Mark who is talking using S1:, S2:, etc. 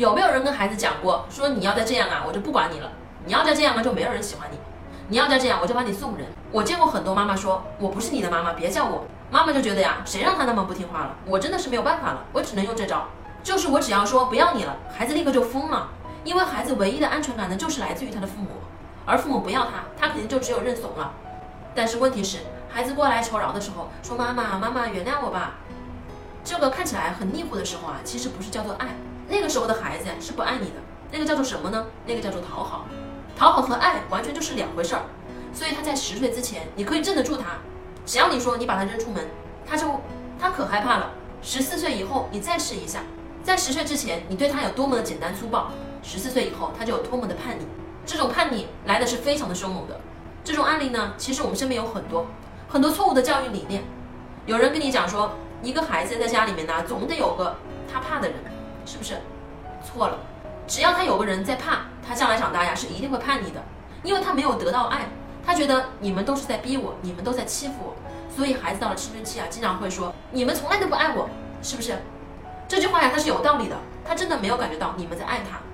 S1: 有没有人跟孩子讲过，说你要再这样啊，我就不管你了；你要再这样啊，就没有人喜欢你；你要再这样，我就把你送人。我见过很多妈妈说，我不是你的妈妈，别叫我。妈妈就觉得呀，谁让他那么不听话了？我真的是没有办法了，我只能用这招，就是我只要说不要你了，孩子立刻就疯了。因为孩子唯一的安全感呢，就是来自于他的父母，而父母不要他，他肯定就只有认怂了。但是问题是，孩子过来求饶的时候，说妈妈，妈妈原谅我吧，这个看起来很腻乎的时候啊，其实不是叫做爱，那个时候的孩子是不爱你的，那个叫做什么呢？那个叫做讨好。讨好和爱完全就是两回事儿。所以他在10岁之前，你可以镇得住他，只要你说你把他扔出门，他可害怕了。14岁以后你再试一下，在10岁之前你对他有多么的简单粗暴，14岁以后他就有多么的叛逆。这种叛逆来的是非常的凶猛的。这种案例呢，其实我们身边有很多错误的教育理念。有人跟你讲说，一个孩子在家里面呢，总得有个他怕的人，是不是？错了，只要他有个人在怕，他将来长大呀是一定会叛逆的，因为他没有得到爱，他觉得你们都是在逼我，你们都在欺负我，所以孩子到了青春期啊，经常会说你们从来都不爱我，是不是？这句话呀，它是有道理的，他真的没有感觉到你们在爱他。